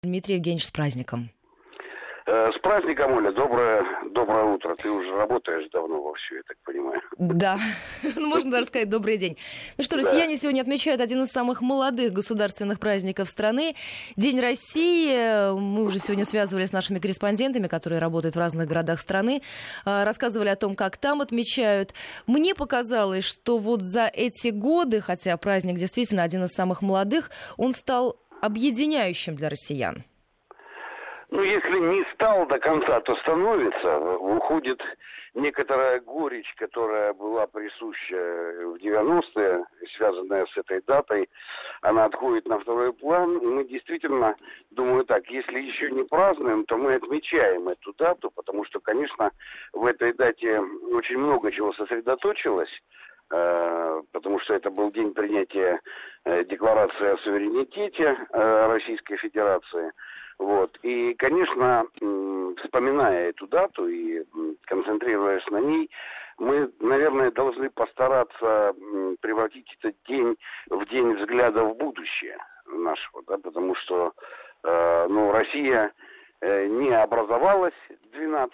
Дмитрий Евгеньевич, с праздником. С праздником, Оля. Доброе утро. Ты уже работаешь давно вовсю, я так понимаю. Да, можно даже сказать добрый день. Ну что, россияне сегодня отмечают один из самых молодых государственных праздников страны. День России. Мы уже сегодня связывались с нашими корреспондентами, которые работают в разных городах страны. Рассказывали о том, как там отмечают. Мне показалось, что вот за эти годы, хотя праздник действительно один из самых молодых, он стал объединяющим для россиян. Ну, если не стал до конца, то становится. Уходит некоторая горечь, которая была присуща в 90-е, связанная с этой датой. Она отходит на второй план. И мы действительно, думаю так, если еще не празднуем, то мы отмечаем эту дату, потому что, конечно, в этой дате очень много чего сосредоточилось. Потому что это был день принятия Декларации о суверенитете Российской Федерации. Вот. И, конечно, вспоминая эту дату и концентрируясь на ней, мы, наверное, должны постараться превратить этот день в день взгляда в будущее нашего, да, потому что Россия не образовалась 12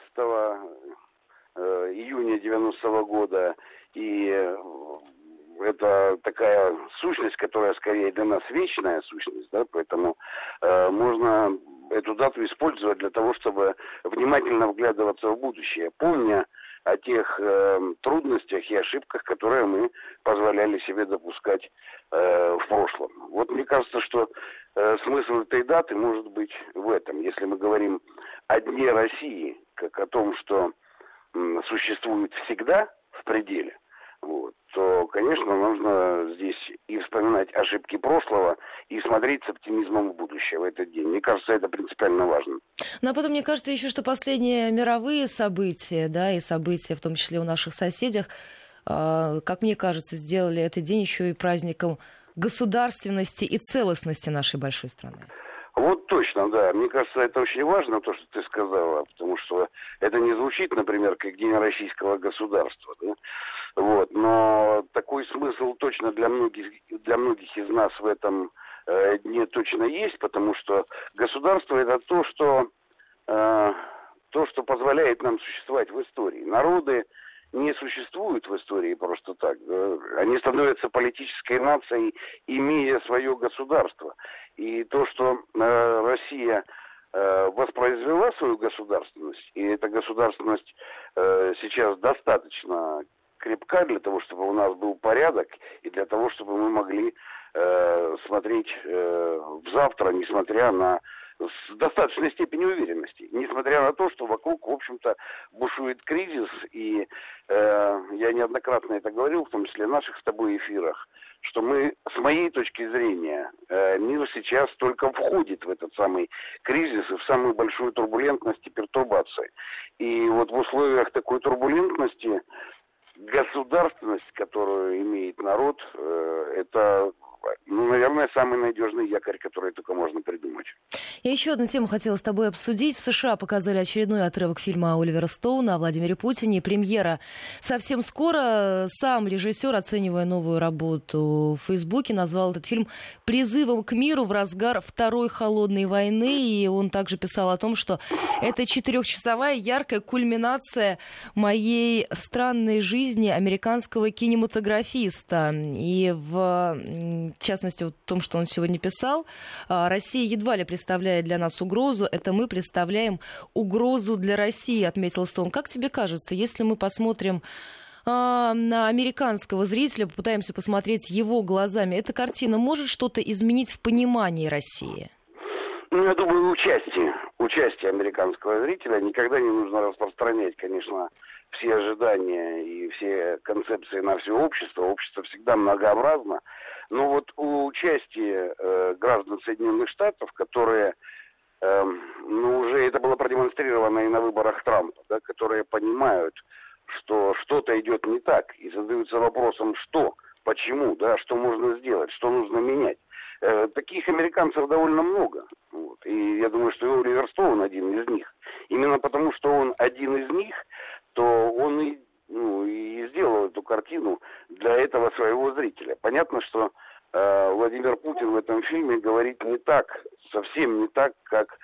июня 90-го года, и это такая сущность, которая скорее для нас вечная сущность, да, поэтому можно эту дату использовать для того, чтобы внимательно вглядываться в будущее, помня о тех трудностях и ошибках, которые мы позволяли себе допускать в прошлом. Вот мне кажется, что смысл этой даты может быть в этом. Если мы говорим о Дне России, как о том, что существует всегда в пределе, вот, то, конечно, нужно здесь и вспоминать ошибки прошлого, и смотреть с оптимизмом в будущее в этот день. Мне кажется, это принципиально важно. Ну, а потом, мне кажется, еще, что последние мировые события, да, и события, в том числе у наших соседях, как мне кажется, сделали этот день еще и праздником государственности и целостности нашей большой страны. Вот точно, да. Мне кажется, это очень важно, то, что ты сказала, потому что это не звучит, например, как День российского государства, да? Вот, но такой смысл точно для многих из нас в этом дне точно есть, потому что государство — это то, что позволяет нам существовать в истории. Народы не существуют в истории просто так. Они становятся политической нацией, имея свое государство. И то, что Россия воспроизвела свою государственность, и эта государственность сейчас достаточно крепка для того, чтобы у нас был порядок, и для того, чтобы мы могли смотреть в завтра, несмотря на с достаточной степенью уверенности, несмотря на то, что вокруг, в общем-то, бушует кризис, и я неоднократно это говорил, в том числе в наших с тобой эфирах, что мы, с моей точки зрения, мир сейчас только входит в этот самый кризис и в самую большую турбулентность и пертурбацию. И вот в условиях такой турбулентности государственность, которую имеет народ, это, наверное, самый надежный якорь, который только можно придумать. Я еще одну тему хотела с тобой обсудить. В США показали очередной отрывок фильма Оливера Стоуна о Владимире Путине. Премьера совсем скоро. Сам режиссер, оценивая новую работу в Фейсбуке, назвал этот фильм призывом к миру в разгар Второй холодной войны. И он также писал о том, что это 4-часовая яркая кульминация моей странной жизни американского кинематографиста. И в частности, в том, что он сегодня писал, Россия едва ли представляет для нас угрозу, это мы представляем угрозу для России, отметил Стоун. Как тебе кажется, если мы посмотрим на американского зрителя, попытаемся посмотреть его глазами, эта картина может что-то изменить в понимании России? Ну, я думаю, участие американского зрителя. Никогда не нужно распространять, конечно, все ожидания и все концепции на все общество. Общество всегда многообразно. Но вот участие граждан Соединенных Штатов, которые, уже это было продемонстрировано и на выборах Трампа, да, которые понимают, что что-то идет не так, и задаются вопросом, что, почему, да, что можно сделать, что нужно менять. Таких американцев довольно много. Вот. И я думаю, что Оливер Стоун один из них. Именно потому, что он один из них, то он и сделал эту картину для этого своего зрителя. Понятно, что Владимир Путин в этом фильме говорит не так, совсем не так, как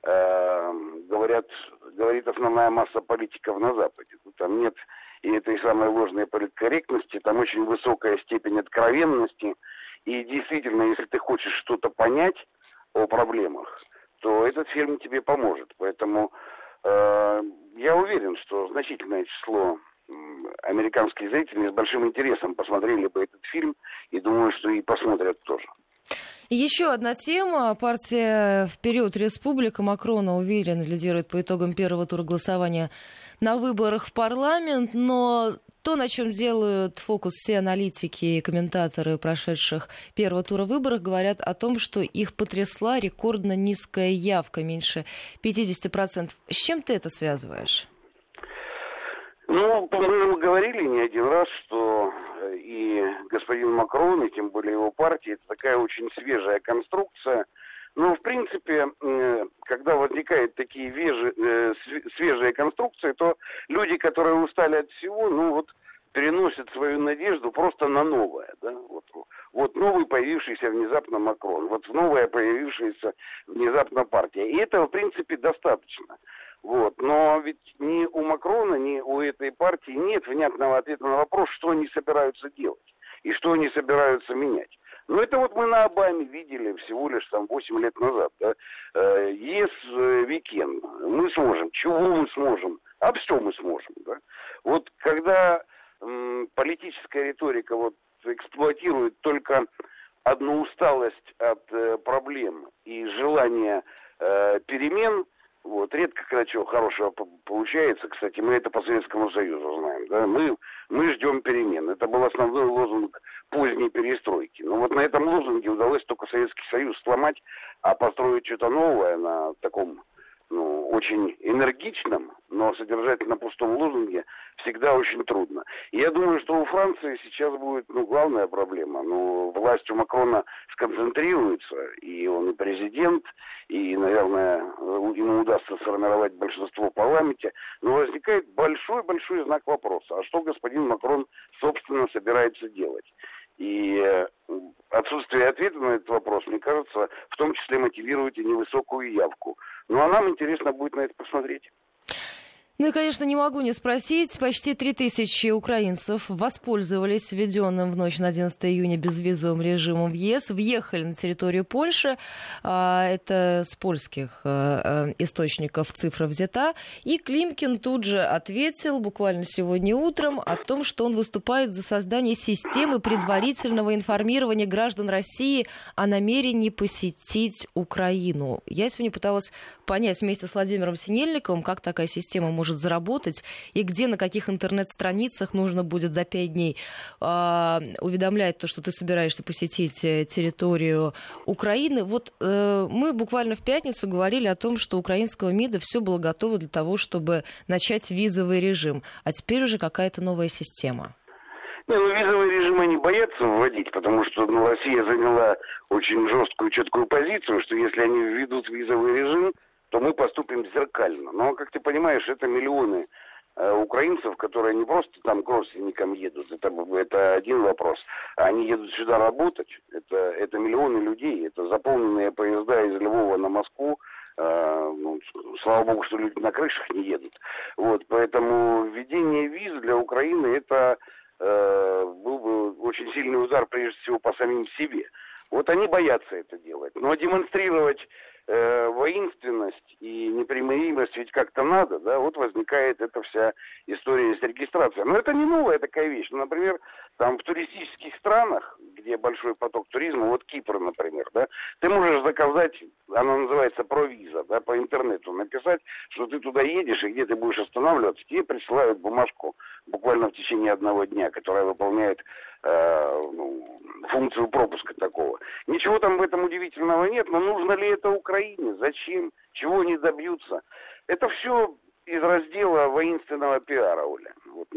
говорит основная масса политиков на Западе. Там нет и этой самой ложной политкорректности, там очень высокая степень откровенности. И действительно, если ты хочешь что-то понять о проблемах, то этот фильм тебе поможет. Поэтому я уверен, что значительное число американских зрителей с большим интересом посмотрели бы этот фильм, и думаю, что и посмотрят тоже. Еще одна тема. Партия «Вперед! Республика» Макрона уверенно лидирует по итогам первого тура голосования на выборах в парламент, но то, на чем делают фокус все аналитики и комментаторы прошедших первого тура выборов, говорят о том, что их потрясла рекордно низкая явка, меньше 50%. С чем ты это связываешь? Ну, мы говорили не один раз, что и господин Макрон, и тем более его партия, это такая очень свежая конструкция. Но, в принципе, когда возникают такие свежие конструкции, то люди, которые устали от всего, переносят свою надежду просто на новое. Да? Вот новый появившийся внезапно Макрон, вот новая появившаяся внезапно партия. И этого, в принципе, достаточно. Но ведь ни у Макрона, ни у этой партии нет внятного ответа на вопрос, что они собираются делать и что они собираются менять. Но это мы на Обаме видели всего лишь 8 лет назад. Да? Yes, we can. Мы сможем. Чего мы сможем? А все мы сможем. Да? Когда политическая риторика эксплуатирует только одну усталость от проблем и желание перемен, редко когда чего хорошего получается. Кстати, мы это по Советскому Союзу знаем. Да? Мы ждем перемен. Это был основной лозунг поздней перестройки. Но на этом лозунге удалось только Советский Союз сломать, а построить что-то новое на таком очень энергичном, но содержательно пустом лозунге всегда очень трудно. И я думаю, что у Франции сейчас будет главная проблема. Власть у Макрона сконцентрируется, и он и президент, и, наверное, ему удастся сформировать большинство в парламенте, но возникает большой-большой знак вопроса. А что господин Макрон, собственно, собирается делать? И отсутствие ответа на этот вопрос, мне кажется, в том числе мотивирует и невысокую явку. А нам интересно будет на это посмотреть. Ну и, конечно, не могу не спросить. Почти 3000 украинцев воспользовались введенным в ночь на 11 июня безвизовым режимом в ЕС, въехали на территорию Польши. Это с польских источников цифра взята. И Климкин тут же ответил буквально сегодня утром о том, что он выступает за создание системы предварительного информирования граждан России о намерении посетить Украину. Я сегодня пыталась понять вместе с Владимиром Синельниковым, как такая система может заработать и где, на каких интернет-страницах нужно будет за 5 дней уведомлять то, что ты собираешься посетить территорию Украины. Мы буквально в пятницу говорили о том, что у украинского МИДа все было готово для того, чтобы начать визовый режим. А теперь уже какая-то новая система. Визовый режим они боятся вводить, потому что Россия заняла очень жесткую, четкую позицию, что если они введут визовый режим, то мы поступим зеркально. Но, как ты понимаешь, это миллионы украинцев, которые не просто там к родственникам едут. Это один вопрос. Они едут сюда работать. Это миллионы людей. Это заполненные поезда из Львова на Москву. Слава богу, что люди на крышах не едут. Поэтому введение виз для Украины это был бы очень сильный удар, прежде всего, по самим себе. Они боятся это делать. Но демонстрировать воинственность и непримиримость ведь как-то надо, да, возникает эта вся история с регистрацией. Но это не новая такая вещь. Например, там в туристических странах, где большой поток туризма, Кипр, например, да, ты можешь заказать, она называется провиза, да, по интернету написать, что ты туда едешь и где ты будешь останавливаться, тебе присылают бумажку буквально в течение 1 дня, которая выполняет функцию пропуска такого. Ничего там в этом удивительного нет, но нужно ли это Украине? Зачем? Чего они добьются? Это все из раздела воинственного пиара, Оля.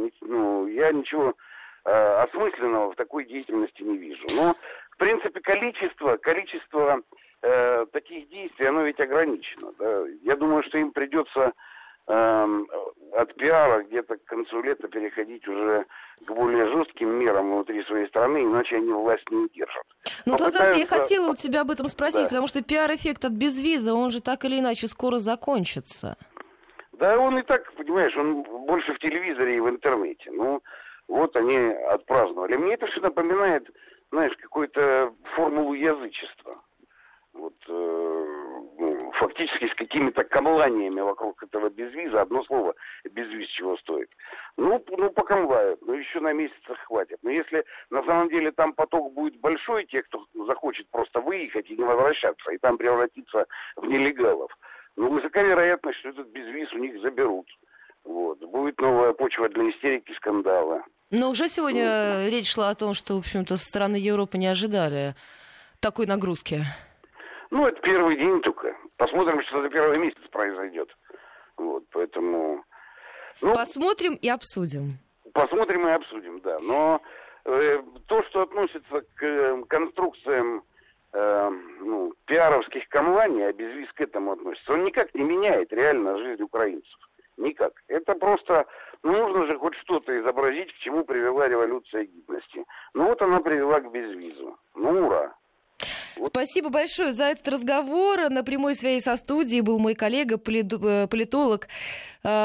Я ничего осмысленного в такой деятельности не вижу. Но, в принципе, количество таких действий, оно ведь ограничено. Да? Я думаю, что им придется от пиара где-то к концу лета переходить уже к более жестким мерам внутри своей страны, иначе они власть не удержат. Ну, как раз я и хотела у тебя об этом спросить, да. Потому что пиар-эффект от безвиза, он же так или иначе скоро закончится. Да, он и так, понимаешь, он больше в телевизоре и в интернете. Ну, вот они отпраздновали. Мне это все напоминает, знаешь, какую-то формулу язычества. Вот, фактически с какими-то камланиями вокруг этого безвиза. Одно слово безвиз чего стоит. Ну, покамлают, но еще на месяц хватит. Но если на самом деле там поток будет большой, тех, кто захочет просто выехать и не возвращаться, и там превратиться в нелегалов, ну, высока вероятность, что этот безвиз у них заберут. Вот. Будет новая почва для истерики, скандала. Но уже сегодня речь шла о том, что, в общем-то, со стороны Европы не ожидали такой нагрузки. Ну, это первый день только. Посмотрим, что за первый месяц произойдет. Вот, поэтому... Ну, посмотрим и обсудим. Посмотрим и обсудим, да. Но то, что относится к конструкциям пиаровских камланий, а безвиз к этому относится, он никак не меняет реально жизнь украинцев. Никак. Это просто... нужно же хоть что-то изобразить, к чему привела революция гидности. Ну, вот она привела к безвизу. Ну, ура! Спасибо большое за этот разговор. На прямой связи со студией был мой коллега, политолог,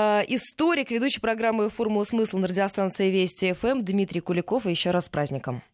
историк, ведущий программы «Формула смысла» на радиостанции Вести ФМ Дмитрий Куликов. И еще раз с праздником.